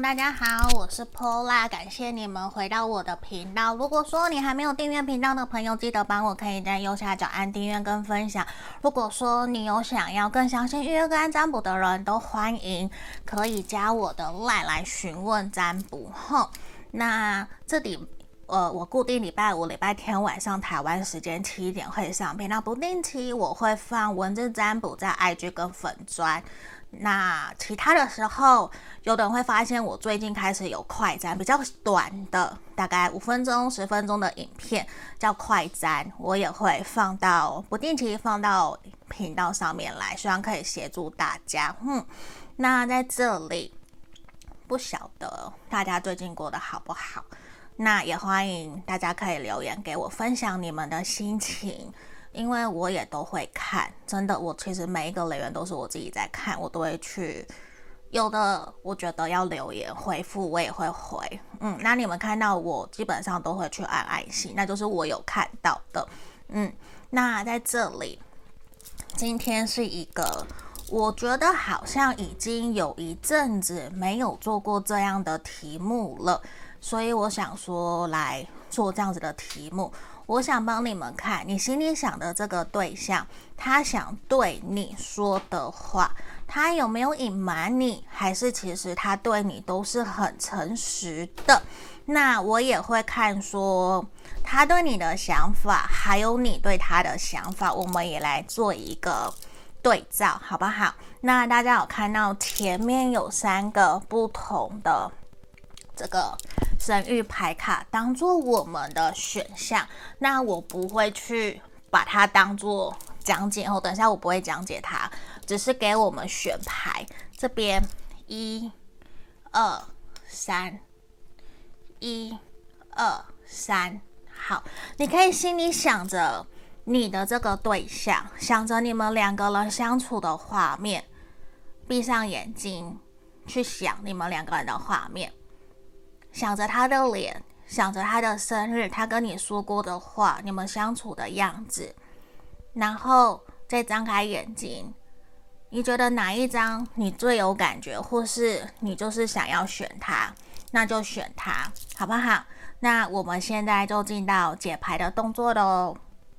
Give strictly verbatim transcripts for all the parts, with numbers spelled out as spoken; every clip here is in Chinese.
大家好，我是 Paula， 感谢你们回到我的频道。如果说你还没有订阅频道的朋友，记得帮我可以在右下角按订阅跟分享。如果说你有想要更详细预约个案占卜的人，都欢迎可以加我的 LINE 来询问占卜。哼，那这里呃，我固定礼拜五、礼拜天晚上台湾时间七点会上片，那不定期我会放文字占卜在 I G 跟粉专。那其他的时候，有的人会发现我最近开始有快占，比较短的，大概五分钟、十分钟的影片叫快占，我也会放到不定期放到频道上面来，希望可以协助大家。嗯，那在这里不晓得大家最近过得好不好？那也欢迎大家可以留言给我分享你们的心情。因为我也都会看，真的，我其实每一个留言都是我自己在看，我都会去，有的我觉得要留言回复，我也会回，嗯，那你们看到我基本上都会去按爱心，那就是我有看到的，嗯，那在这里，今天是一个我觉得好像已经有一阵子没有做过这样的题目了，所以我想说来做这样子的题目。我想帮你们看你心里想的这个对象，他想对你说的话，他有没有隐瞒你，还是其实他对你都是很诚实的。那我也会看说他对你的想法，还有你对他的想法，我们也来做一个对照，好不好？那大家有看到前面有三个不同的这个神谕牌卡当做我们的选项，那我不会去把它当做讲解后，等一下我不会讲解它，只是给我们选牌。这边一、二、三，一、二、三，好，你可以心里想着你的这个对象，想着你们两个人相处的画面，闭上眼睛去想你们两个人的画面。想着他的脸，想着他的生日，他跟你说过的话，你们相处的样子，然后再张开眼睛，你觉得哪一张你最有感觉，或是你就是想要选他，那就选他，好不好？那我们现在就进到解牌的动作咯。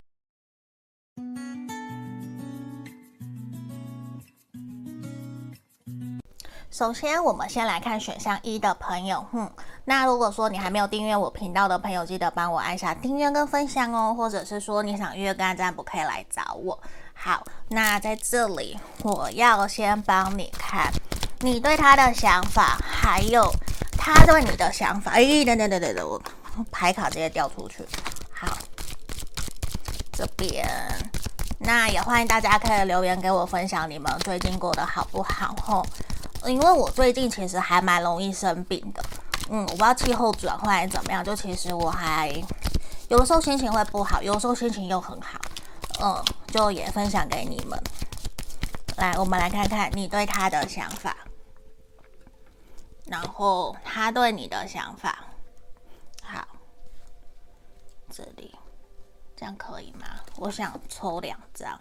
首先我们先来看选项一的朋友，嗯，那如果说你还没有订阅我频道的朋友，记得帮我按下订阅跟分享哦，或者是说你想约个案占卜可以来找我。好，那在这里我要先帮你看你对他的想法，还有他对你的想法。哎，等等等等等，我牌卡直接掉出去。好，这边那也欢迎大家可以留言给我分享你们最近过得好不好吼。因为我最近其实还蛮容易生病的，嗯，我不知道气候转换还是怎么样，就其实我还有的时候心情会不好，有的时候心情又很好，嗯，就也分享给你们。来，我们来看看你对他的想法，然后他对你的想法。好，这里这样可以吗？我想抽两张，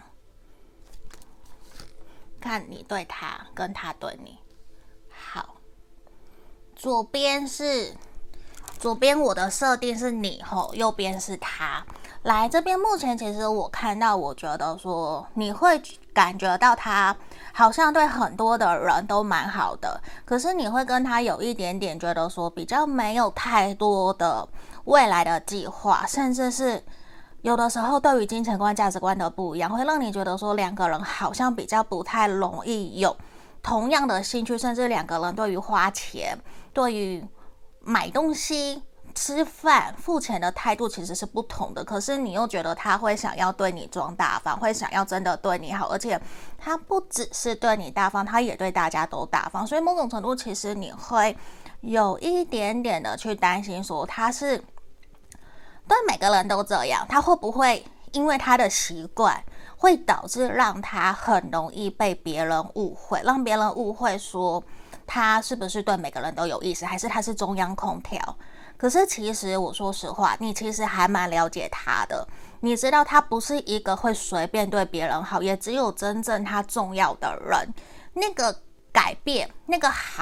看你对他跟他对你。好，左边是左边我的设定是你吼，右边是他。来这边目前其实我看到，我觉得说你会感觉到他好像对很多的人都蛮好的，可是你会跟他有一点点觉得说比较没有太多的未来的计划，甚至是有的时候对于金钱观、价值观的不一样，会让你觉得说两个人好像比较不太容易有同样的兴趣，甚至两个人对于花钱、对于买东西、吃饭、付钱的态度其实是不同的。可是你又觉得他会想要对你装大方，会想要真的对你好，而且他不只是对你大方，他也对大家都大方。所以某种程度，其实你会有一点点的去担心说他是对每个人都这样，他会不会因为他的习惯会导致让他很容易被别人误会，让别人误会说他是不是对每个人都有意思，还是他是中央空调。可是其实我说实话，你其实还蛮了解他的，你知道他不是一个会随便对别人好，也只有真正他重要的人，那个改变，那个好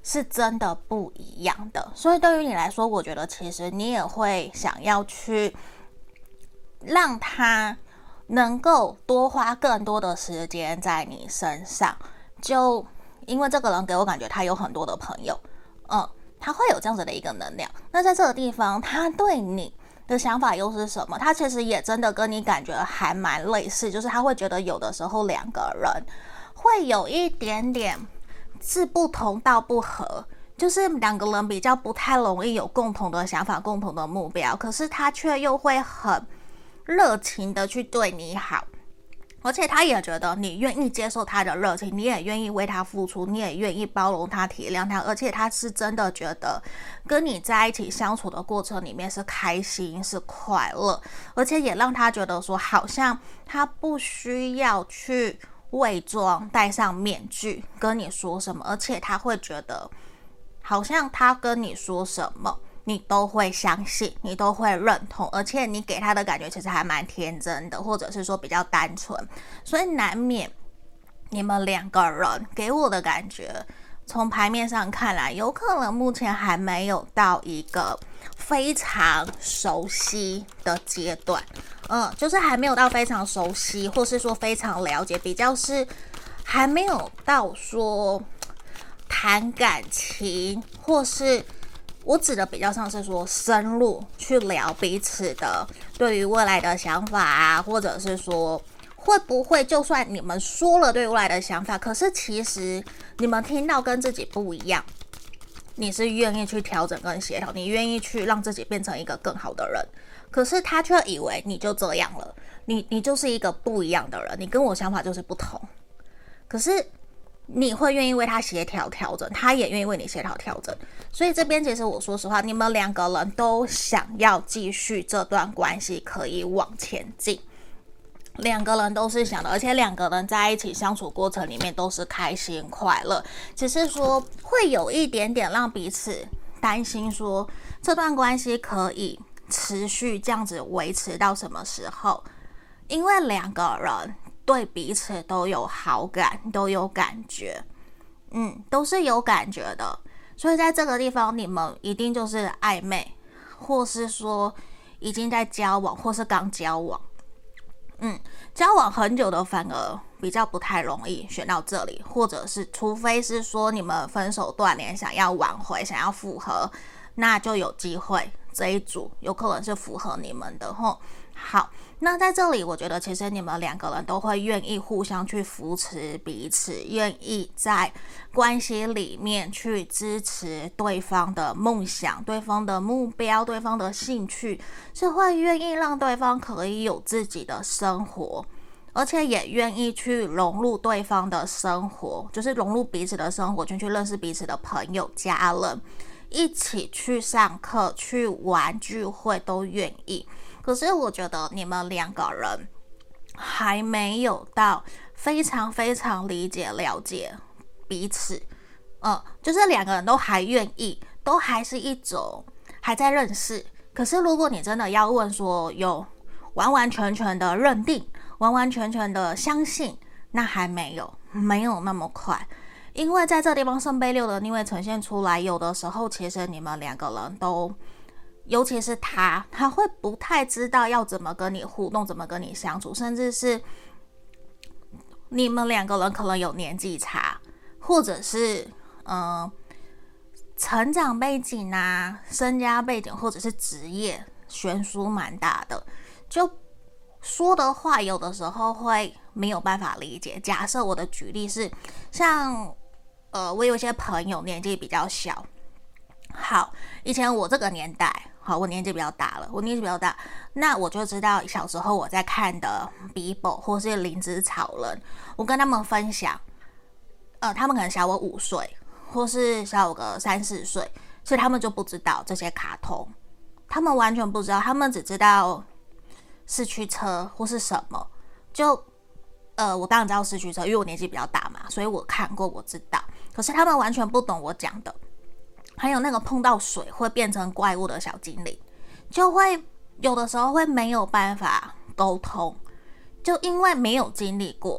是真的不一样的。所以对于你来说，我觉得其实你也会想要去让他能够多花更多的时间在你身上，就因为这个人给我感觉他有很多的朋友，嗯，他会有这样子的一个能量。那在这个地方，他对你的想法又是什么？他其实也真的跟你感觉还蛮类似，就是他会觉得有的时候两个人会有一点点是不同道不合，就是两个人比较不太容易有共同的想法、共同的目标，可是他却又会很热情的去对你好，而且他也觉得你愿意接受他的热情，你也愿意为他付出，你也愿意包容他、体谅他，而且他是真的觉得跟你在一起相处的过程里面是开心、是快乐，而且也让他觉得说好像他不需要去伪装、戴上面具跟你说什么，而且他会觉得好像他跟你说什么你都会相信，你都会认同，而且你给他的感觉其实还蛮天真的，或者是说比较单纯，所以难免你们两个人给我的感觉，从牌面上看来，有可能目前还没有到一个非常熟悉的阶段，嗯，就是还没有到非常熟悉，或是说非常了解，比较是还没有到说谈感情，或是我指的比较像是说深入去聊彼此的对于未来的想法啊，或者是说会不会就算你们说了对未来的想法，可是其实你们听到跟自己不一样，你是愿意去调整跟协调，你愿意去让自己变成一个更好的人，可是他却以为你就这样了，你你就是一个不一样的人，你跟我想法就是不同，可是你会愿意为他协调调整，他也愿意为你协调调整，所以这边其实我说实话，你们两个人都想要继续这段关系可以往前进，两个人都是想的，而且两个人在一起相处过程里面都是开心快乐，只是说会有一点点让彼此担心说这段关系可以持续这样子维持到什么时候，因为两个人对彼此都有好感，都有感觉，嗯，都是有感觉的，所以在这个地方你们一定就是暧昧，或是说已经在交往，或是刚交往，嗯，交往很久的反而比较不太容易选到这里，或者是除非是说你们分手断联，想要挽回，想要复合，那就有机会这一组有可能是符合你们的吼。好，那在这里我觉得其实你们两个人都会愿意互相去扶持彼此，愿意在关系里面去支持对方的梦想，对方的目标，对方的兴趣，是会愿意让对方可以有自己的生活，而且也愿意去融入对方的生活，就是融入彼此的生活圈，去认识彼此的朋友家人，一起去上课去玩聚会都愿意。可是我觉得你们两个人还没有到非常非常理解了解彼此，嗯，就是两个人都还愿意，都还是一种还在认识。可是如果你真的要问说有完完全全的认定，完完全全的相信，那还没有，没有那么快。因为在这地方圣杯六的逆位呈现出来，有的时候其实你们两个人都，尤其是他，他会不太知道要怎么跟你互动，怎么跟你相处，甚至是你们两个人可能有年纪差，或者是嗯、呃、成长背景啊、身家背景，或者是职业悬殊蛮大的，就说的话有的时候会没有办法理解。假设我的举例是像呃，我有些朋友年纪比较小，好，以前我这个年代，好，我年纪比较大了，我年纪比较大，那我就知道小时候我在看的 Bibo 或是灵芝草人，我跟他们分享，呃，他们可能小我五岁，或是小我个三四岁，所以他们就不知道这些卡通，他们完全不知道，他们只知道四驱车或是什么，就呃，我当然知道四驱车，因为我年纪比较大嘛，所以我看过，我知道。可是他们完全不懂我讲的。还有那个碰到水会变成怪物的小精灵，就会有的时候会没有办法沟通，就因为没有经历过，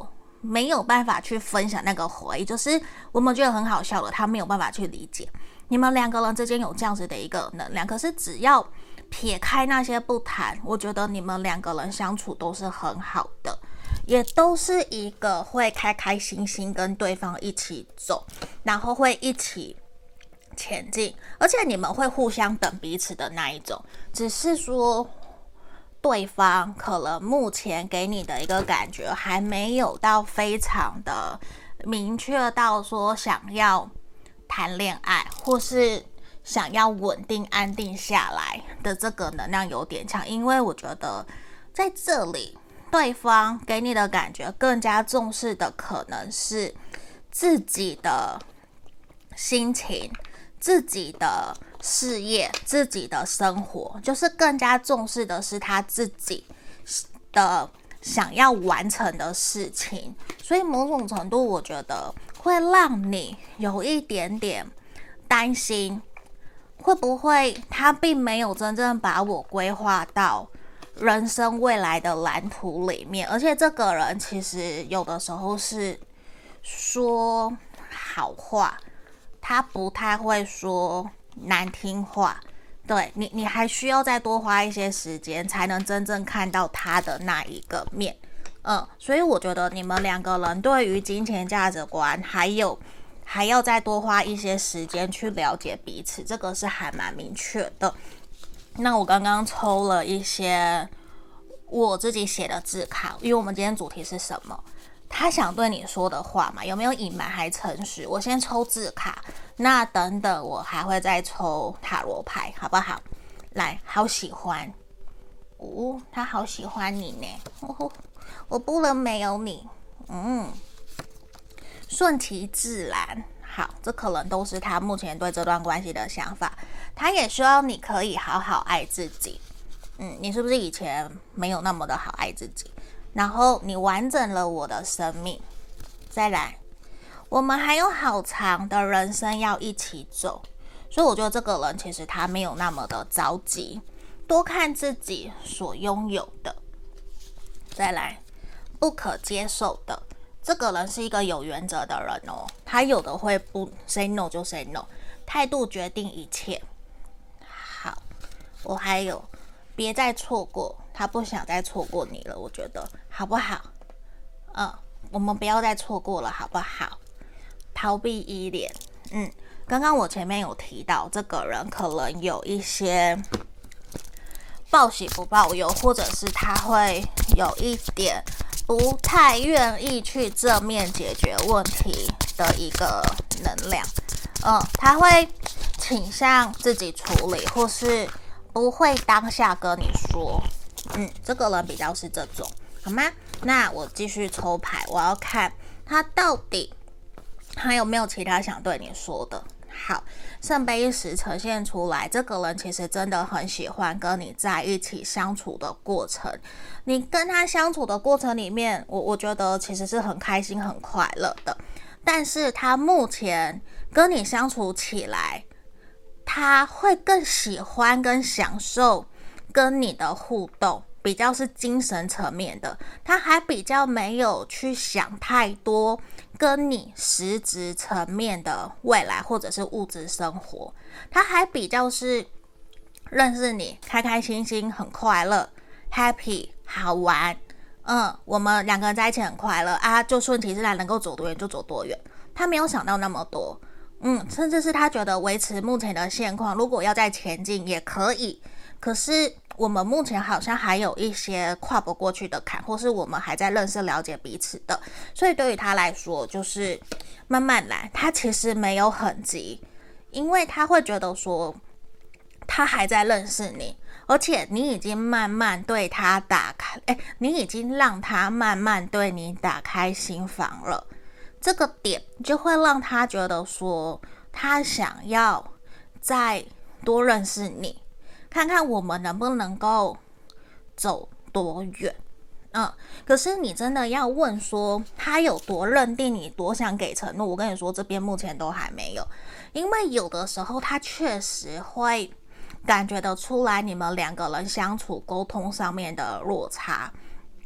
没有办法去分享那个回忆，就是我们觉得很好笑的，他没有办法去理解。你们两个人之间有这样子的一个能量，可是只要撇开那些不谈，我觉得你们两个人相处都是很好的，也都是一个会开开心心跟对方一起走，然后会一起前进，而且你们会互相等彼此的那一种，只是说对方可能目前给你的一个感觉还没有到非常的明确到说想要谈恋爱或是想要稳定安定下来的这个能量有点强，因为我觉得在这里对方给你的感觉更加重视的可能是自己的心情、自己的事业、自己的生活，就是更加重视的是他自己的想要完成的事情，所以某种程度我觉得会让你有一点点担心，会不会他并没有真正把我规划到人生未来的蓝图里面，而且这个人其实有的时候是说好话，他不太会说难听话，对你，你还需要再多花一些时间才能真正看到他的那一个面。嗯，所以我觉得你们两个人对于金钱价值观还有还要再多花一些时间去了解彼此，这个是还蛮明确的。那我刚刚抽了一些我自己写的字卡，因为我们今天主题是什么？他想对你说的话嘛，有没有隐瞒还诚实？我先抽字卡，那等等我还会再抽塔罗牌，好不好？来，好喜欢哦，他好喜欢你呢，哦，我不能没有你，嗯，顺其自然。好，这可能都是他目前对这段关系的想法。他也希望你可以好好爱自己。嗯，你是不是以前没有那么的好爱自己？然后你完整了我的生命。再来，我们还有好长的人生要一起走，所以我觉得这个人其实他没有那么的着急，多看自己所拥有的。再来，不可接受的，这个人是一个有原则的人哦，他有的会不 say no 就 say no， 态度决定一切。好，我还有别再错过，他不想再错过你了，我觉得好不好？嗯，我们不要再错过了，好不好？逃避依恋，嗯，刚刚我前面有提到，这个人可能有一些报喜不报忧，或者是他会有一点不太愿意去正面解决问题的一个能量，嗯，他会倾向自己处理，或是不会当下跟你说，嗯，这个人比较是这种，好吗？那我继续抽牌，我要看他到底还有没有其他想对你说的。好，圣杯十呈现出来，这个人其实真的很喜欢跟你在一起相处的过程。你跟他相处的过程里面，我我觉得其实是很开心、很快乐的。但是他目前跟你相处起来，他会更喜欢跟享受跟你的互动，比较是精神层面的，他还比较没有去想太多跟你实质层面的未来或者是物质生活，他还比较是认识你，开开心心，很快乐 happy 好玩，嗯，我们两个人在一起很快乐啊，就顺其自然，能够走多远就走多远，他没有想到那么多，嗯，甚至是他觉得维持目前的现况，如果要再前进也可以，可是我们目前好像还有一些跨不过去的坎，或是我们还在认识了解彼此的，所以对于他来说就是慢慢来，他其实没有很急，因为他会觉得说他还在认识你，而且你已经慢慢对他打开，哎，你已经让他慢慢对你打开心房了，这个点就会让他觉得说他想要再多认识你，看看我们能不能够走多远。嗯，可是你真的要问说他有多认定你，多想给承诺，我跟你说这边目前都还没有，因为有的时候他确实会感觉得出来你们两个人相处沟通上面的落差，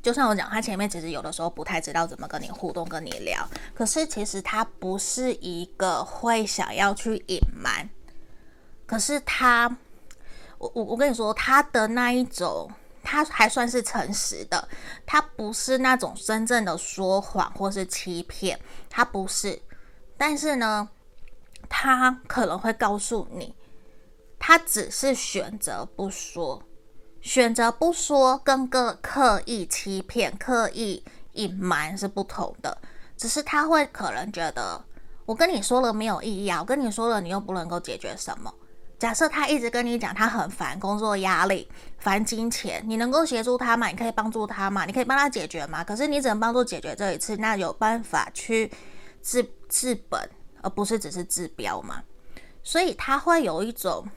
就像我讲，他前面其实有的时候不太知道怎么跟你互动跟你聊，可是其实他不是一个会想要去隐瞒，可是他我我我跟你说他的那一种他还算是诚实的，他不是那种真正的说谎或是欺骗，他不是，但是呢他可能会告诉你，他只是选择不说，选择不说跟个刻意欺骗、刻意隐瞒是不同的。只是他会可能觉得，我跟你说了没有意义啊，我跟你说了你又不能够解决什么。假设他一直跟你讲他很烦工作压力、烦金钱，你能够协助他吗？你可以帮助他吗？你可以帮他解决吗？可是你只能帮助解决这一次，那有办法去治治本，而不是只是治标嘛？所以他会有一种，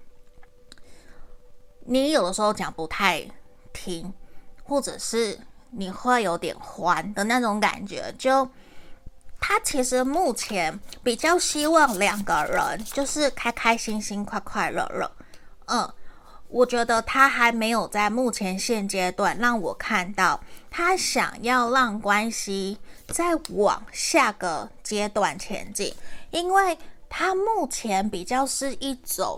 你有的时候讲不太听，或者是你会有点欢的那种感觉，就他其实目前比较希望两个人就是开开心心、快快乐乐。嗯，我觉得他还没有在目前现阶段让我看到他想要让关系再往下个阶段前进，因为他目前比较是一种，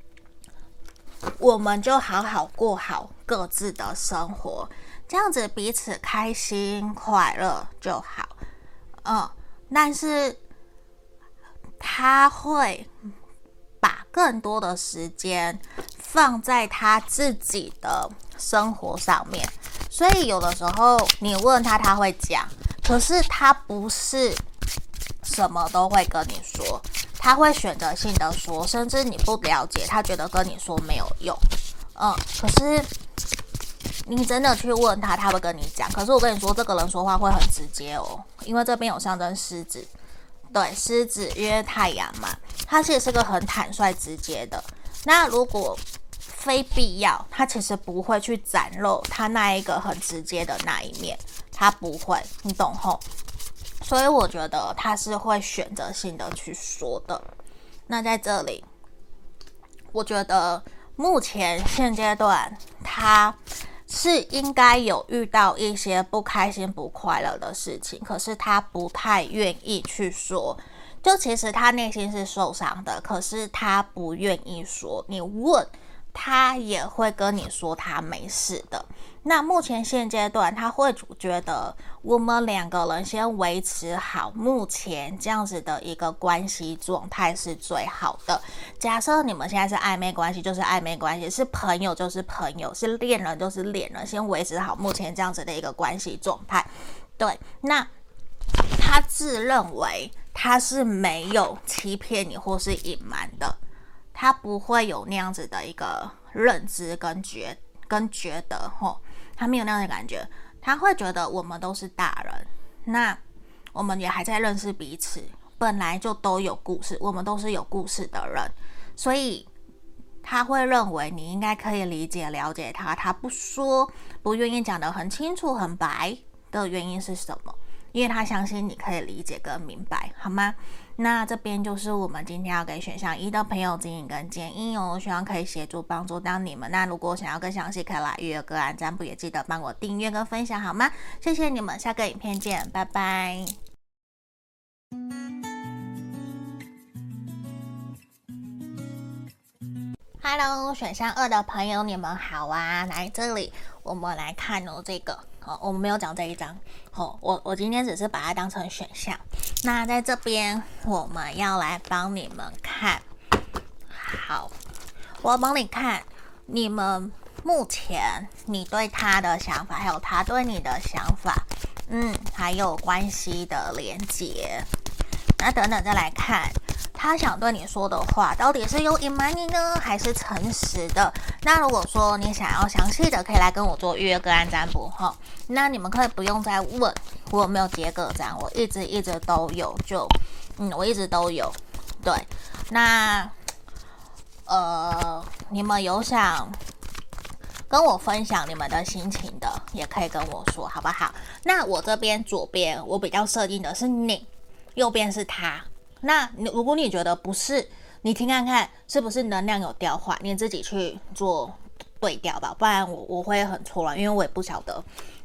我们就好好过好各自的生活，这样子彼此开心快乐就好。嗯，但是他会把更多的时间放在他自己的生活上面，所以有的时候你问他他会讲，可是他不是什么都会跟你说，他会选择性的说，甚至你不了解，他觉得跟你说没有用。嗯，可是你真的去问他，他会跟你讲。可是我跟你说，这个人说话会很直接哦，因为这边有象征狮子，对，狮子因为太阳嘛，他其实是个很坦率直接的。那如果非必要，他其实不会去展露他那一个很直接的那一面，他不会，你懂吼？所以我觉得他是会选择性的去说的。那在这里，我觉得目前现阶段他是应该有遇到一些不开心不快乐的事情，可是他不太愿意去说，就其实他内心是受伤的，可是他不愿意说，你问他也会跟你说他没事的。那目前现阶段他会觉得我们两个人先维持好目前这样子的一个关系状态是最好的。假设你们现在是暧昧关系就是暧昧关系，是朋友就是朋友，是恋人就是恋人，先维持好目前这样子的一个关系状态。对，那他自认为他是没有欺骗你或是隐瞒的，他不会有那样子的一个认知跟觉跟觉得吼，他没有那样的感觉，他会觉得我们都是大人，那我们也还在认识彼此，本来就都有故事，我们都是有故事的人，所以他会认为你应该可以理解了解他，他不说不愿意讲得很清楚很白的原因是什么？因为他相信你可以理解跟明白，好吗？那这边就是我们今天要给选项一的朋友指引跟建议哦，希望可以协助帮助到你们。那如果想要更详细，可以来预约个案占卜，也记得帮我订阅跟分享，好吗？谢谢你们，下个影片见，拜拜。Hello， 选项二的朋友，你们好啊！来这里，我们来看哦，这个，哦，我们没有讲这一张，哦，我我今天只是把它当成选项。那在这边，我们要来帮你们看，好，我要帮你看你们目前你对他的想法，还有他对你的想法，嗯，还有关系的连结。那等等再来看。他想对你说的话到底是有隐瞒你呢，还是诚实的？那如果说你想要详细的，可以来跟我做预约个案占卜哈。那你们可以不用再问我有没有接个占，我一直一直都有，就嗯，我一直都有。对，那呃，你们有想跟我分享你们的心情的，也可以跟我说，好不好？那我这边左边我比较设定的是你，右边是他。那你如果你觉得不是，你听看看是不是能量有调换，你自己去做对调吧，不然我我会很错乱，因为我也不晓得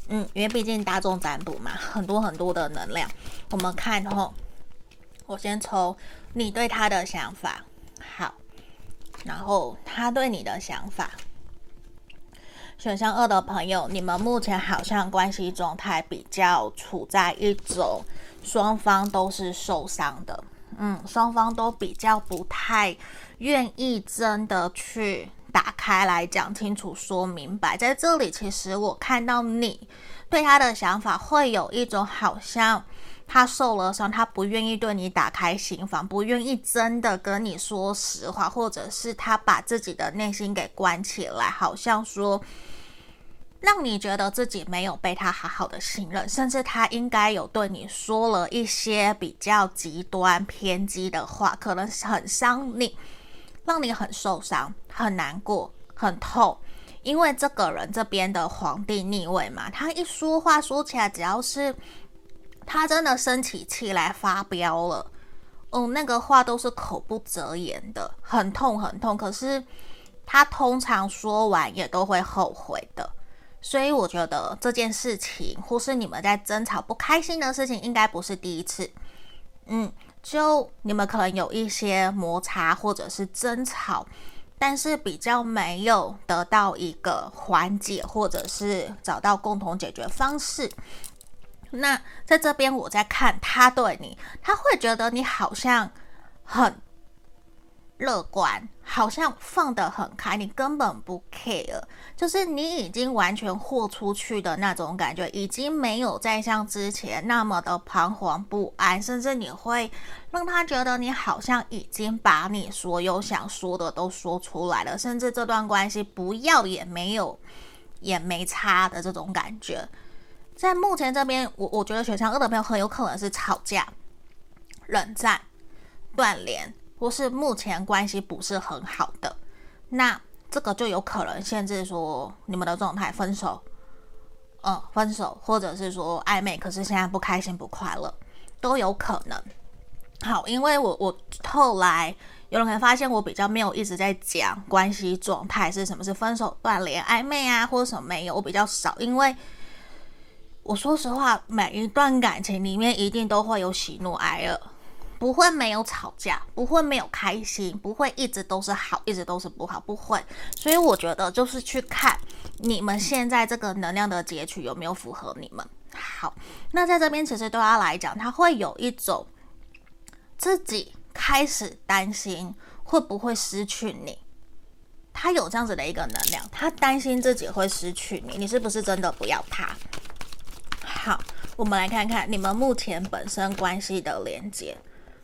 嗯，因为毕竟大众占卜嘛，很多很多的能量。我们看吼，我先抽你对他的想法，好，然后他对你的想法。选项二的朋友，你们目前好像关系状态比较处在一种双方都是受伤的，嗯，双方都比较不太愿意真的去打开来讲清楚说明白。在这里其实我看到你对他的想法会有一种好像他受了伤，他不愿意对你打开心房，不愿意真的跟你说实话，或者是他把自己的内心给关起来，好像说让你觉得自己没有被他好好的信任，甚至他应该有对你说了一些比较极端偏激的话，可能很伤你，让你很受伤，很难过，很痛。因为这个人这边的皇帝逆位嘛，他一说话说起来，只要是他真的生起气来发飙了，哦，那个话都是口不择言的，很痛很痛。可是他通常说完也都会后悔的。所以我觉得这件事情，或是你们在争吵不开心的事情，应该不是第一次。嗯，就你们可能有一些摩擦或者是争吵，但是比较没有得到一个缓解，或者是找到共同解决方式。那在这边我在看他对你，他会觉得你好像很乐观，好像放得很开，你根本不 care， 就是你已经完全豁出去的那种感觉，已经没有再像之前那么的彷徨不安，甚至你会让他觉得你好像已经把你所有想说的都说出来了，甚至这段关系不要也没有也没差的这种感觉。在目前这边，我我觉得选项二的朋友很有可能是吵架、冷战、断联，或是目前关系不是很好的，那这个就有可能限制说你们的状态，分手，嗯，分手，或者是说暧昧，可是现在不开心不快乐，都有可能。好，因为我我后来有人可能发现我比较没有一直在讲关系状态是什么，是分手、断联、暧昧啊，或者什么没有，我比较少，因为我说实话，每一段感情里面一定都会有喜怒哀乐，不会没有吵架，不会没有开心，不会一直都是好，一直都是不好，不会。所以我觉得就是去看你们现在这个能量的截取有没有符合你们。好，那在这边其实对他来讲，他会有一种自己开始担心会不会失去你，他有这样子的一个能量，他担心自己会失去你，你是不是真的不要他？好，我们来看看你们目前本身关系的连接。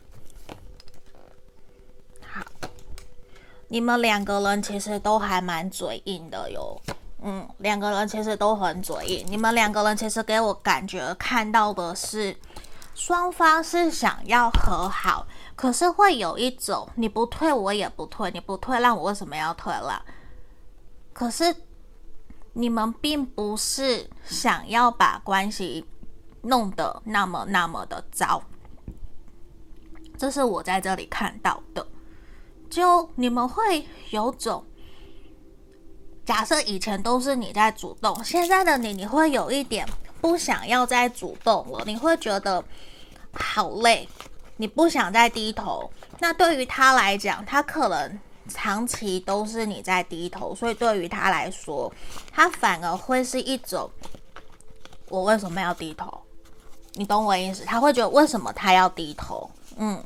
好，你们两个人其实都还蛮嘴硬的哟。嗯，两个人其实都很嘴硬。你们两个人其实给我感觉看到的是，双方是想要和好，可是会有一种你不退我也不退，你不退让我为什么要退啦？可是你们并不是想要把关系弄得那么那么的糟，这是我在这里看到的。就你们会有种，假设以前都是你在主动，现在的你你会有一点不想要再主动了，你会觉得好累，你不想再低头。那对于他来讲，他可能长期都是你在低头，所以对于他来说，他反而会是一种我为什么要低头？你懂我意思？他会觉得为什么他要低头？嗯，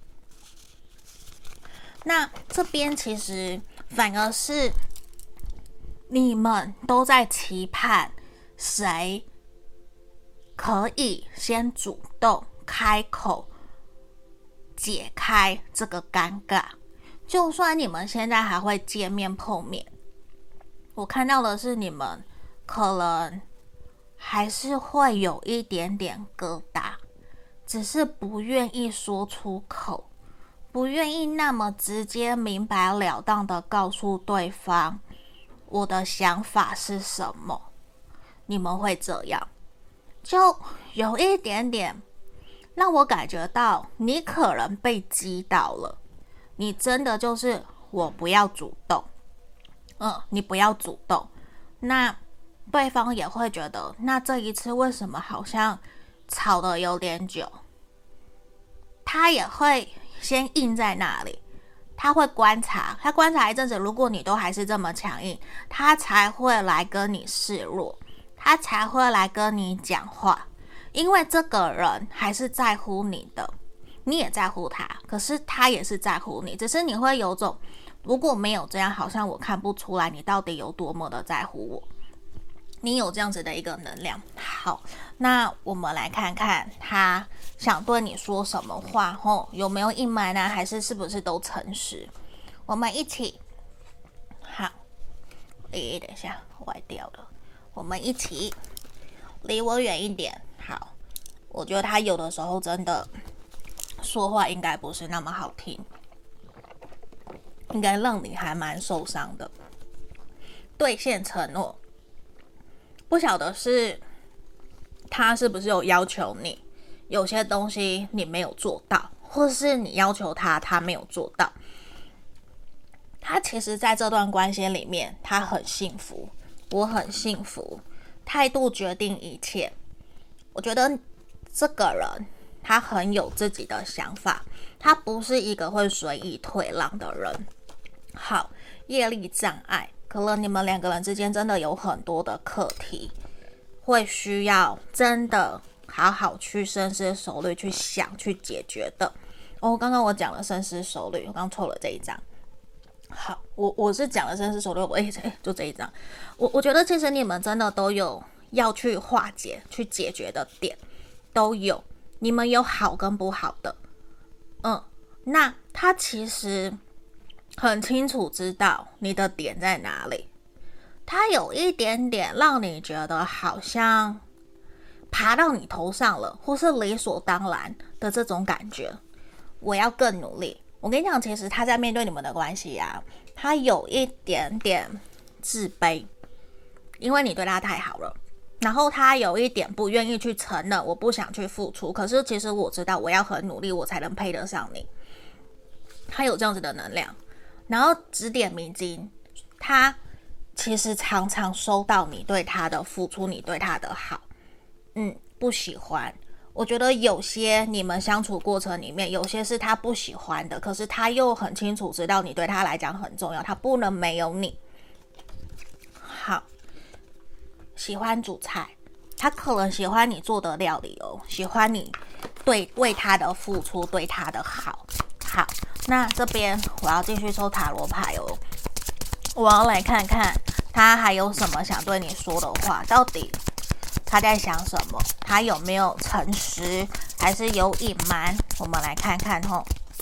那这边其实反而是你们都在期盼谁可以先主动开口解开这个尴尬。就算你们现在还会见面碰面，我看到的是你们可能还是会有一点点疙瘩，只是不愿意说出口，不愿意那么直接明白了当的告诉对方我的想法是什么。你们会这样，就有一点点让我感觉到你可能被击到了，你真的就是我不要主动，嗯，你不要主动，那对方也会觉得，那这一次为什么好像吵得有点久？他也会先硬在那里，他会观察，他观察一阵子，如果你都还是这么强硬，他才会来跟你示弱，他才会来跟你讲话，因为这个人还是在乎你的，你也在乎他，可是他也是在乎你，只是你会有种，如果没有这样，好像我看不出来你到底有多么的在乎我。你有这样子的一个能量。好，那我们来看看他想对你说什么话吼，有没有隐瞒呢？还是是不是都诚实？我们一起，好，诶，等一下歪掉了，我们一起离我远一点。好，我觉得他有的时候真的说话应该不是那么好听，应该让你还蛮受伤的。兑现承诺，不晓得是他是不是有要求你有些东西你没有做到，或是你要求他他没有做到。他其实在这段关系里面他很幸福，我很幸福，态度决定一切。我觉得这个人他很有自己的想法，他不是一个会随意退让的人。好，业力障碍，可能你们两个人之间真的有很多的课题，会需要真的好好去深思熟虑去想去解决的。哦，刚刚我讲了深思熟虑，我刚错了这一张。好，我我是讲了深思熟虑，我哎哎，就这一张。我我觉得其实你们真的都有要去化解、去解决的点，都有。你们有好跟不好的，嗯，那他其实很清楚知道你的点在哪里，他有一点点让你觉得好像爬到你头上了，或是理所当然的这种感觉。我要更努力。我跟你讲，其实他在面对你们的关系啊，他有一点点自卑，因为你对他太好了。然后他有一点不愿意去承认，我不想去付出，可是其实我知道我要很努力我才能配得上你，他有这样子的能量。然后指点迷津，他其实常常收到你对他的付出，你对他的好，嗯，不喜欢。我觉得有些你们相处过程里面，有些是他不喜欢的，可是他又很清楚知道你对他来讲很重要，他不能没有你。好，喜欢煮菜，他可能喜欢你做的料理哦，喜欢你对为他的付出，对他的好。好，那这边我要继续抽塔罗牌哦，我要来看看他还有什么想对你说的话，到底他在想什么？他有没有诚实，还是有隐瞒？我们来看看吼，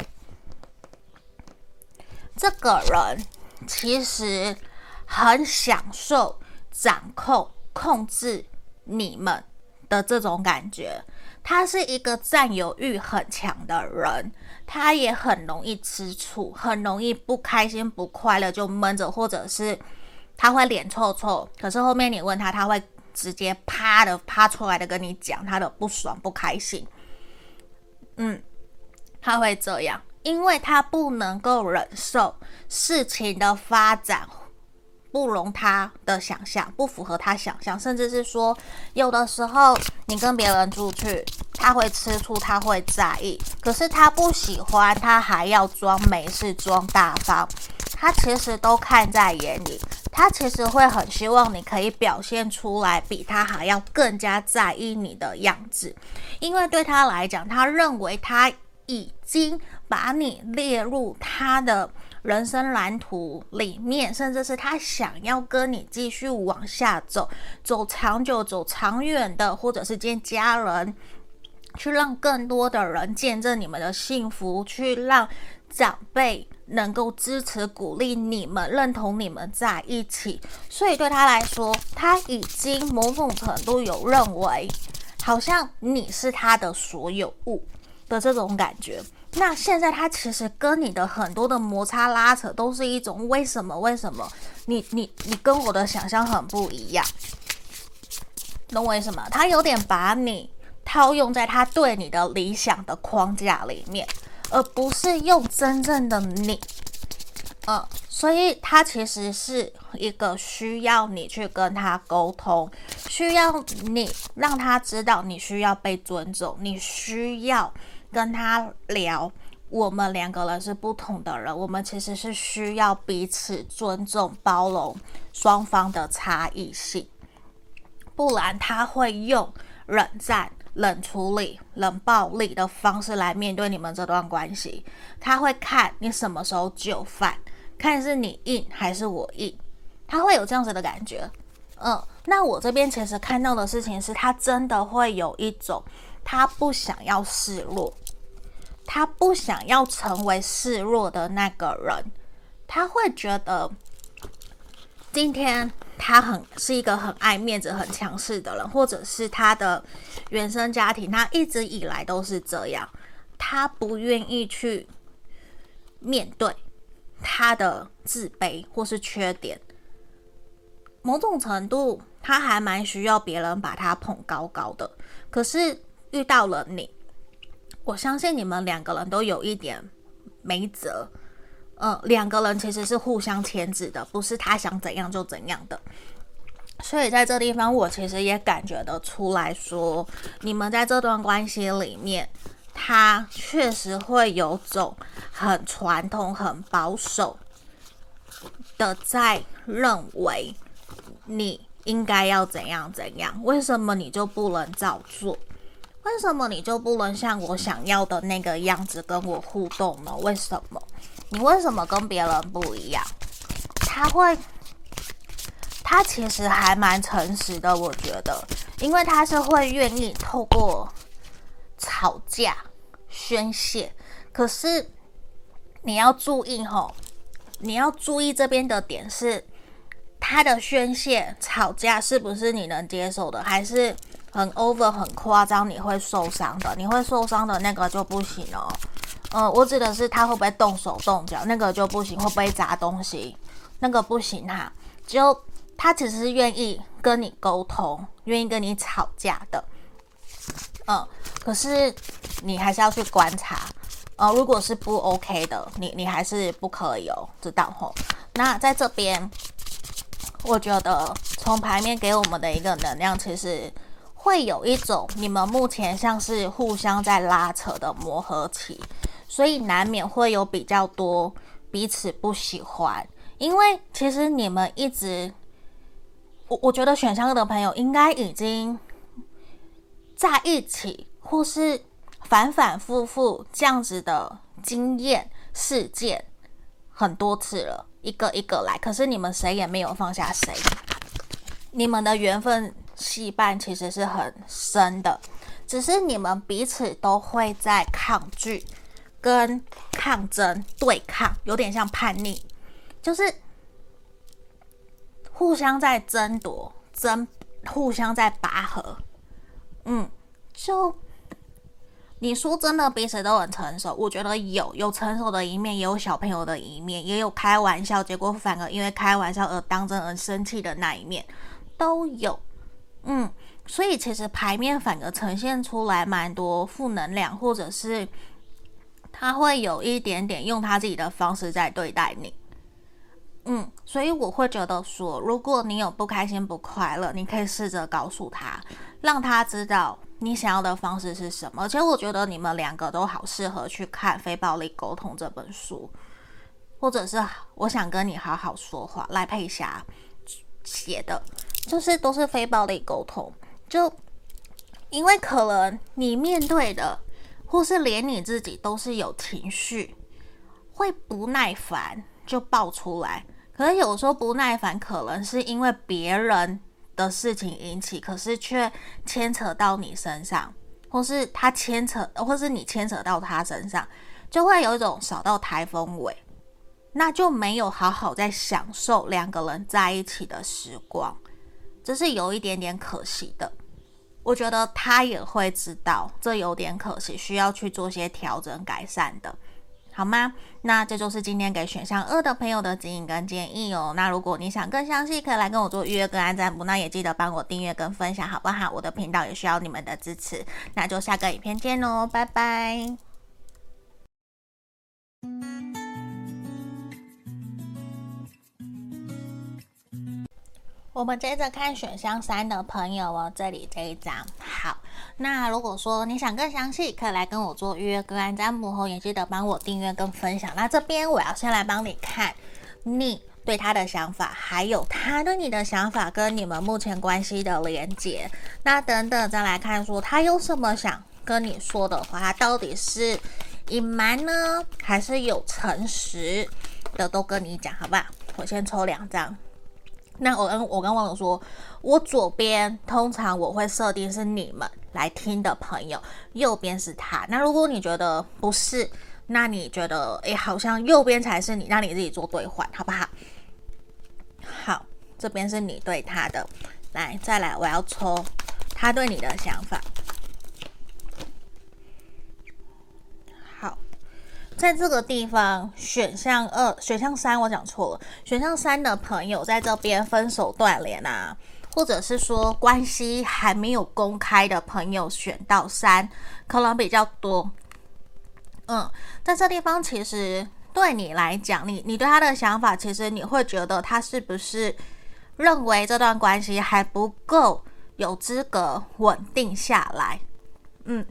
这个人其实很享受掌控、控制你们的这种感觉。他是一个占有欲很强的人，他也很容易吃醋，很容易不开心、不快乐就闷着，或者是他会脸臭臭，可是后面你问他，他会直接啪的啪出来的跟你讲他的不爽不开心。嗯，他会这样，因为他不能够忍受事情的发展不容他的想象，不符合他想象，甚至是说有的时候你跟别人出去，他会吃醋，他会在意，可是他不喜欢，他还要装没事装大方，他其实都看在眼里，他其实会很希望你可以表现出来比他还要更加在意你的样子，因为对他来讲，他认为他已经把你列入他的人生蓝图里面，甚至是他想要跟你继续往下走，走长久走长远的，或者是见家人，去让更多的人见证你们的幸福，去让长辈能够支持鼓励你们，认同你们在一起。所以对他来说，他已经某种程度有认为好像你是他的所有物的这种感觉。那现在他其实跟你的很多的摩擦拉扯都是一种为什么为什么你你你跟我的想象很不一样，懂为什么？他有点把你套用在他对你的理想的框架里面，而不是用真正的你嗯，所以他其实是一个需要你去跟他沟通，需要你让他知道你需要被尊重，你需要跟他聊，我们两个人是不同的人，我们其实是需要彼此尊重、包容双方的差异性，不然他会用冷战、冷处理、冷暴力的方式来面对你们这段关系。他会看你什么时候就范，看是你硬还是我硬，他会有这样子的感觉。嗯，那我这边其实看到的事情是，他真的会有一种他不想要示弱，他不想要成为示弱的那个人，他会觉得今天他很是一个很爱面子、很强势的人，或者是他的原生家庭，他一直以来都是这样，他不愿意去面对他的自卑或是缺点，某种程度他还蛮需要别人把他捧高高的。可是遇到了你，我相信你们两个人都有一点没辙。呃，两个人其实是互相牵制的，不是他想怎样就怎样的。所以在这地方，我其实也感觉得出来说，你们在这段关系里面，他确实会有种很传统、很保守的在认为你应该要怎样怎样，为什么你就不能照做？为什么你就不能像我想要的那个样子跟我互动呢？为什么？你为什么跟别人不一样？他会，他其实还蛮诚实的，我觉得，因为他是会愿意透过吵架宣泄。可是你要注意吼，你要注意这边的点是，他的宣泄吵架是不是你能接受的，还是很 over 很夸张，你会受伤的？你会受伤的那个就不行哦。呃，我指的是他会不会动手动脚，那个就不行；会不会砸东西，那个不行哈。就他其实是愿意跟你沟通，愿意跟你吵架的。嗯，可是你还是要去观察。呃，如果是不 OK 的，你你还是不可以哦，知道吼？那在这边，我觉得从牌面给我们的一个能量，其实会有一种你们目前像是互相在拉扯的磨合期。所以难免会有比较多彼此不喜欢，因为其实你们一直，我我觉得选项二的朋友应该已经在一起，或是反反复复这样子的经验事件很多次了，一个一个来，可是你们谁也没有放下谁，你们的缘分羁绊其实是很深的，只是你们彼此都会在抗拒跟抗争、对抗，有点像叛逆，就是互相在争夺、争，互相在拔河。嗯，就你说真的，彼此都很成熟，我觉得有有成熟的一面，也有小朋友的一面，也有开玩笑，结果反而因为开玩笑而当真而生气的那一面，都有。嗯，所以其实牌面反而呈现出来蛮多负能量，或者是他会有一点点用他自己的方式在对待你。嗯，所以我会觉得说，如果你有不开心不快乐，你可以试着告诉他，让他知道你想要的方式是什么。而且我觉得你们两个都好适合去看《非暴力沟通》这本书，或者是我想跟你好好说话，赖佩霞写的，就是都是非暴力沟通。就因为可能你面对的或是连你自己都是有情绪，会不耐烦就爆出来。可是有时候不耐烦可能是因为别人的事情引起，可是却牵扯到你身上，或是他牵扯，或是你牵扯到他身上，就会有一种扫到台风尾，那就没有好好在享受两个人在一起的时光，这是有一点点可惜的。我觉得他也会知道这有点可惜，需要去做些调整改善的，好吗？那这就是今天给选项二的朋友的指引跟建议哦。那如果你想更详细，可以来跟我做预约跟按占卜，那也记得帮我订阅跟分享，好不好？我的频道也需要你们的支持。那就下个影片见哦，拜拜。 我们接着看选项三的朋友哦，这里这一张。好，那如果说你想更详细，可以来跟我做预约个案占卜后，也记得帮我订阅跟分享。那这边我要先来帮你看你对他的想法，还有他对你的想法跟你们目前关系的连结。那等等再来看说他有什么想跟你说的话，他到底是隐瞒呢，还是有诚实的都跟你讲，好不好？我先抽两张。那我跟我跟网友说，我左边通常我会设定是你们来听的朋友，右边是他。那如果你觉得不是，那你觉得诶好像右边才是你，那你自己做兑换，好不好？好，这边是你对他的，来再来，我要抽他对你的想法。好，在这个地方，选项二、选项三我讲错了。选项三的朋友在这边分手断联啊，或者是说关系还没有公开的朋友，选到三可能比较多。嗯，在这地方其实对你来讲，你你对他的想法，其实你会觉得他是不是认为这段关系还不够有资格稳定下来？嗯。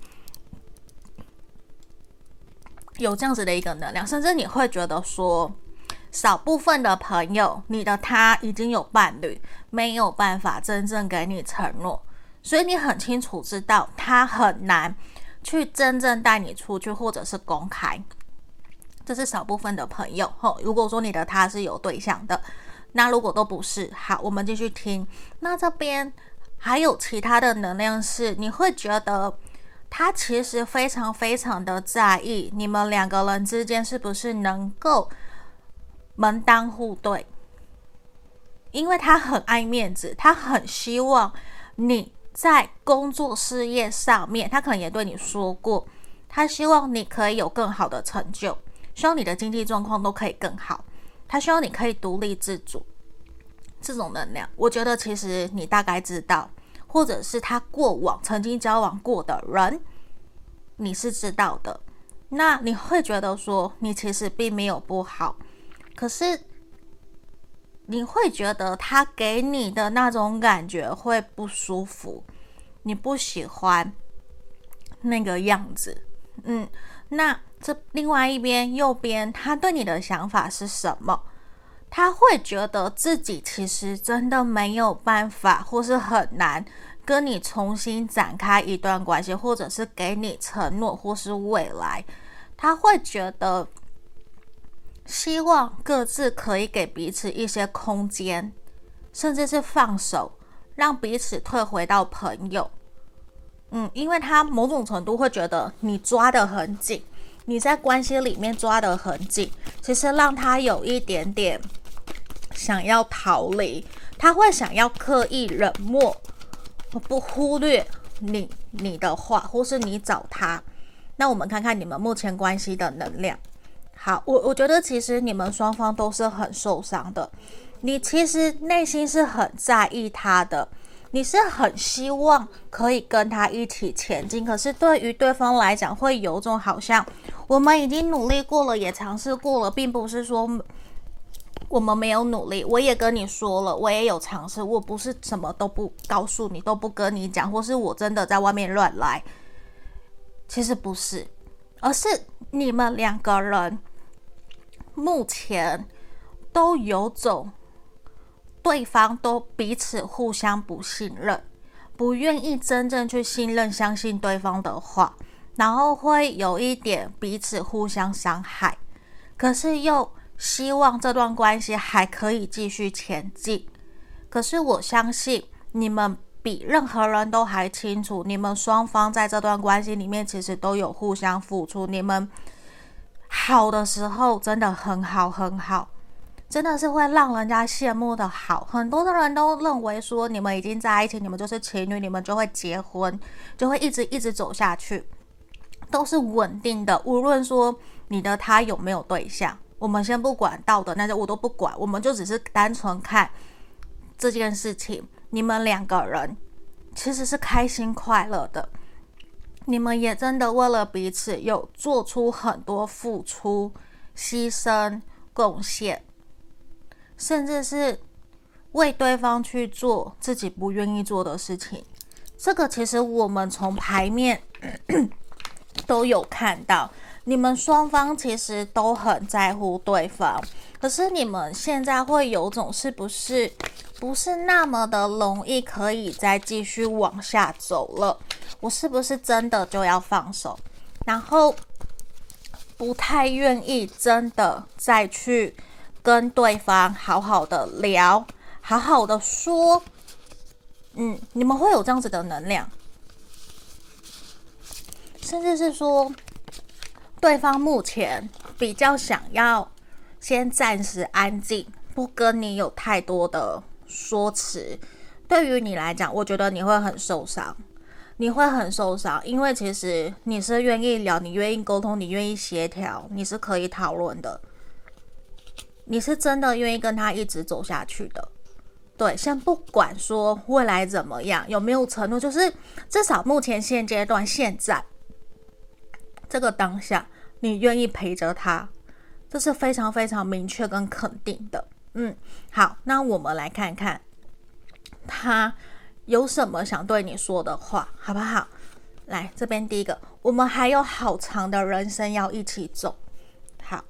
有这样子的一个能量，甚至你会觉得说，少部分的朋友，你的他已经有伴侣，没有办法真正给你承诺，所以你很清楚知道他很难去真正带你出去，或者是公开。这是少部分的朋友。如果说你的他是有对象的，那如果都不是，好，我们继续听。那这边还有其他的能量是，你会觉得他其实非常非常的在意你们两个人之间是不是能够门当户对，因为他很爱面子，他很希望你在工作事业上面，他可能也对你说过，他希望你可以有更好的成就，希望你的经济状况都可以更好，他希望你可以独立自主。这种能量我觉得其实你大概知道，或者是他过往曾经交往过的人你是知道的，那你会觉得说你其实并没有不好，可是你会觉得他给你的那种感觉会不舒服，你不喜欢那个样子。嗯，那这另外一边右边他对你的想法是什么？他会觉得自己其实真的没有办法，或是很难跟你重新展开一段关系，或者是给你承诺，或是未来。他会觉得希望各自可以给彼此一些空间，甚至是放手，让彼此退回到朋友。嗯，因为他某种程度会觉得你抓得很紧，你在关系里面抓得很紧，其实让他有一点点想要逃离，他会想要刻意冷漠，不忽略你你的话，或是你找他。那我们看看你们目前关系的能量。好，我我觉得其实你们双方都是很受伤的，你其实内心是很在意他的，你是很希望可以跟他一起前进，可是对于对方来讲会有种好像我们已经努力过了，也尝试过了，并不是说我们没有努力，我也跟你说了，我也有尝试，我不是什么都不告诉你，都不跟你讲，或是我真的在外面乱来，其实不是，而是你们两个人目前都有种对方都彼此互相不信任，不愿意真正去信任相信对方的话，然后会有一点彼此互相伤害，可是又希望这段关系还可以继续前进。可是我相信你们比任何人都还清楚，你们双方在这段关系里面其实都有互相付出，你们好的时候真的很好很好，真的是会让人家羡慕的好。很多的人都认为说你们已经在一起，你们就是情侣，你们就会结婚，就会一直一直走下去，都是稳定的。无论说你的他有没有对象，我们先不管道德那些我都不管，我们就只是单纯看这件事情，你们两个人其实是开心快乐的，你们也真的为了彼此有做出很多付出、牺牲、贡献，甚至是为对方去做自己不愿意做的事情。这个其实我们从牌面都有看到，你们双方其实都很在乎对方，可是你们现在会有种是不是不是那么的容易可以再继续往下走了，我是不是真的就要放手，然后不太愿意真的再去跟对方好好的聊，好好的说。嗯，你们会有这样子的能量，甚至是说对方目前比较想要先暂时安静，不跟你有太多的说辞。对于你来讲，我觉得你会很受伤，你会很受伤，因为其实你是愿意聊，你愿意沟通，你愿意协调，你是可以讨论的，你是真的愿意跟他一直走下去的。对，先不管说未来怎么样，有没有承诺，就是至少目前现阶段，现在这个当下，你愿意陪着他，这是非常非常明确跟肯定的。嗯，好，那我们来看看他有什么想对你说的话，好不好？来，这边第一个，我们还有好长的人生要一起走。好，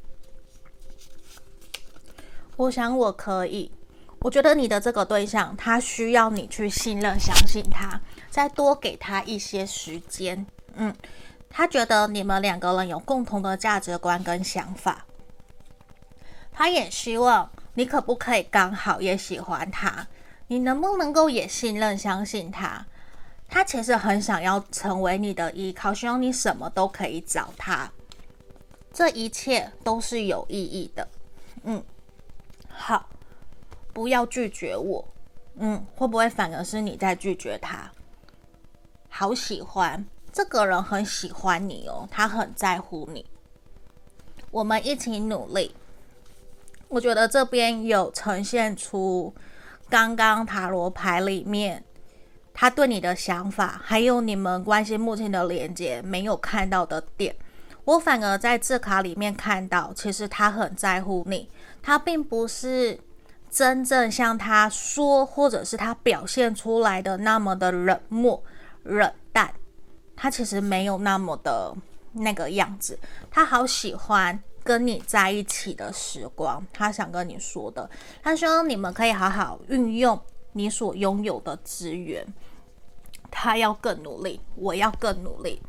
我想我可以。我觉得你的这个对象，他需要你去信任、相信他，再多给他一些时间。嗯，他觉得你们两个人有共同的价值观跟想法，他也希望你可不可以刚好也喜欢他，你能不能够也信任、相信他？他其实很想要成为你的依靠，希望你什么都可以找他，这一切都是有意义的。嗯，好。不要拒绝我，嗯，会不会反而是你在拒绝他？好喜欢这个人，很喜欢你哦，他很在乎你，我们一起努力。我觉得这边有呈现出刚刚塔罗牌里面他对你的想法，还有你们关系目前的连接没有看到的点，我反而在这卡里面看到，其实他很在乎你，他并不是真正像他说或者是他表现出来的那么的冷漠冷淡，他其实没有那么的那个样子，他好喜欢跟你在一起的时光，他想跟你说的，他希望你们可以好好运用你所拥有的资源，他要更努力，我要更努力。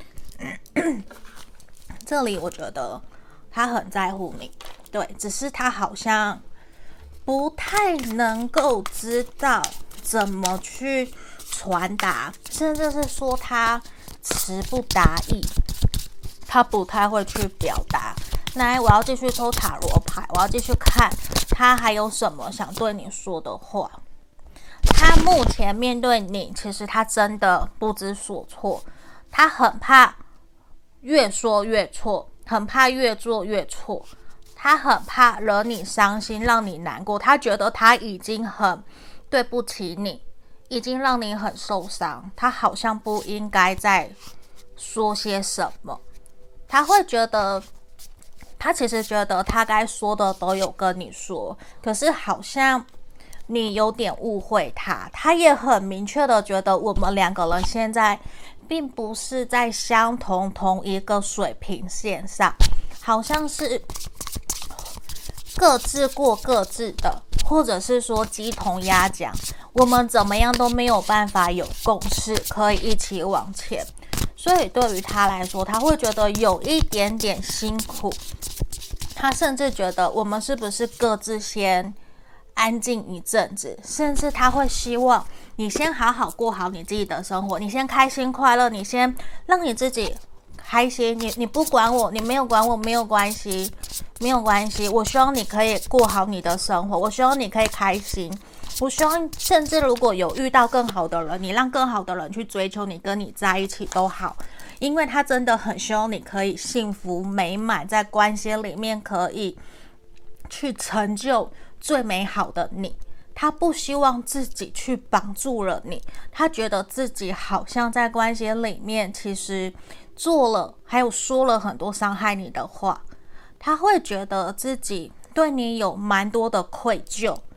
这里我觉得他很在乎你，对，只是他好像不太能够知道怎么去传达，甚至是说他词不达意，他不太会去表达。来，我要继续抽塔罗牌，我要继续看他还有什么想对你说的话。他目前面对你，其实他真的不知所措，他很怕越说越错，很怕越做越错，他很怕惹你伤心，让你难过，他觉得他已经很对不起你，已经让你很受伤，他好像不应该再说些什么，他会觉得他其实觉得他该说的都有跟你说，可是好像你有点误会他，他也很明确的觉得我们两个人现在并不是在相同同一个水平线上，好像是各自过各自的，或者是说鸡同鸭讲，我们怎么样都没有办法有共识可以一起往前，所以对于他来说，他会觉得有一点点辛苦，他甚至觉得我们是不是各自先安静一阵子，甚至他会希望你先好好过好你自己的生活，你先开心快乐，你先让你自己开心，你你不管我，你没有管我，没有关系，没有关系，我希望你可以过好你的生活，我希望你可以开心，我希望甚至如果有遇到更好的人，你让更好的人去追求你，跟你在一起都好，因为他真的很希望你可以幸福美满，在关系里面可以去成就最美好的你，他不希望自己去绑住了你，他觉得自己好像在关系里面其实做了还有说了很多伤害你的话，他会觉得自己对你有蛮多的愧疚，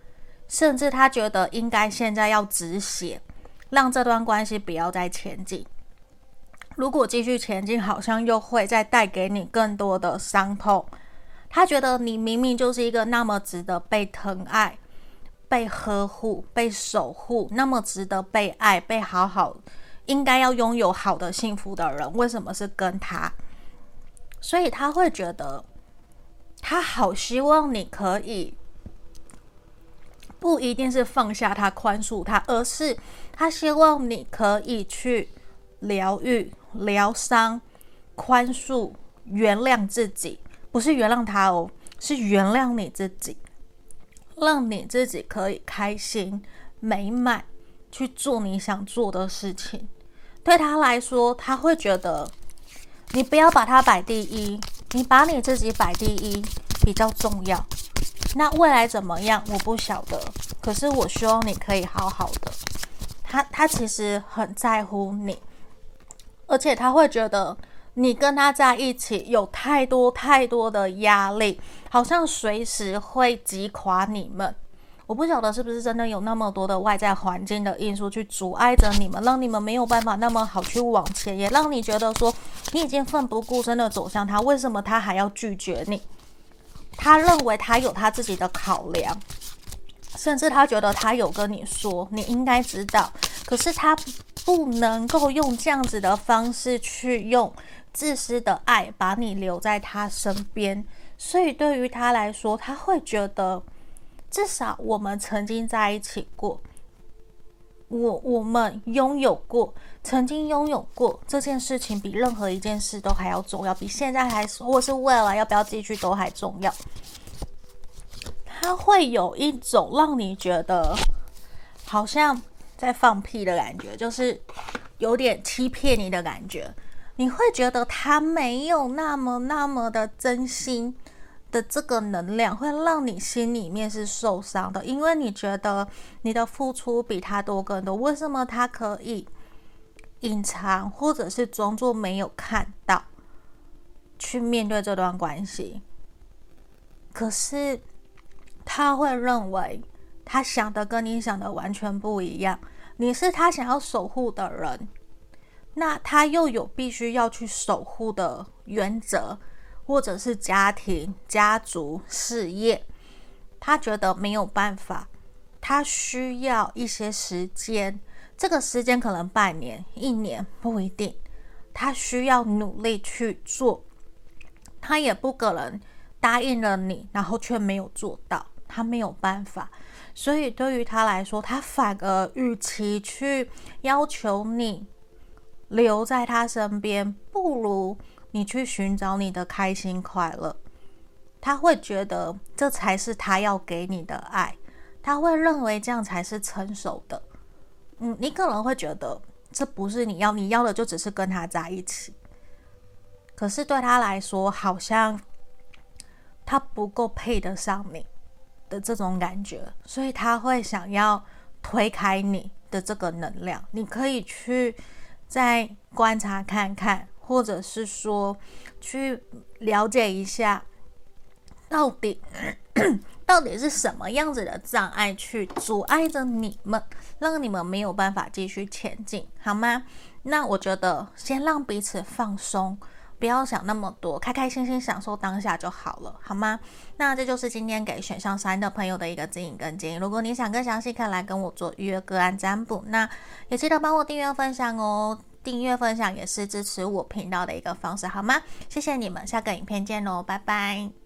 甚至他觉得应该现在要止血，让这段关系不要再前进。如果继续前进，好像又会再带给你更多的伤痛。他觉得你明明就是一个那么值得被疼爱、被呵护、被守护，那么值得被爱、被好好，应该要拥有好的幸福的人，为什么是跟他？所以他会觉得他好希望你可以不一定是放下他、宽恕他，而是他希望你可以去疗愈、疗伤、宽恕、原谅自己，不是原谅他哦，是原谅你自己，让你自己可以开心、美满，去做你想做的事情。对他来说，他会觉得你不要把他摆第一，你把你自己摆第一比较重要。那未来怎么样我不晓得，可是我希望你可以好好的。他他其实很在乎你，而且他会觉得你跟他在一起有太多太多的压力，好像随时会击垮你们。我不晓得是不是真的有那么多的外在环境的因素去阻碍着你们，让你们没有办法那么好去往前，也让你觉得说你已经奋不顾身的走向他，为什么他还要拒绝你？他认为他有他自己的考量，甚至他觉得他有跟你说你应该知道，可是他不能够用这样子的方式去用自私的爱把你留在他身边。所以对于他来说，他会觉得至少我们曾经在一起过，我我们拥有过，曾经拥有过这件事情，比任何一件事都还要重要，比现在还是或是未来要不要继续都还重要。它会有一种让你觉得好像在放屁的感觉，就是有点欺骗你的感觉。你会觉得他没有那么那么的真心的这个能量，会让你心里面是受伤的，因为你觉得你的付出比他多更多，为什么他可以隐藏或者是装作没有看到去面对这段关系？可是他会认为他想的跟你想的完全不一样，你是他想要守护的人，那他又有必须要去守护的原则，或者是家庭、家族、事业，他觉得没有办法，他需要一些时间，这个时间可能半年、一年不一定，他需要努力去做，他也不可能答应了你，然后却没有做到，他没有办法。所以对于他来说，他反而与其去要求你留在他身边，不如你去寻找你的开心快乐。他会觉得这才是他要给你的爱，他会认为这样才是成熟的。嗯，你可能会觉得这不是你要，你要的就只是跟他在一起。可是对他来说，好像他不够配得上你的这种感觉，所以他会想要推开你的这个能量。你可以去再观察看看，或者是说去了解一下到底到底是什么样子的障碍去阻碍着你们，让你们没有办法继续前进，好吗？那我觉得先让彼此放松，不要想那么多，开开心心享受当下就好了，好吗？那这就是今天给选项三的朋友的一个指引跟建议。如果你想更详细，可以来跟我做预约个案占卜，那也记得帮我订阅分享哦，订阅分享也是支持我频道的一个方式，好吗？谢谢你们，下个影片见喽，拜拜。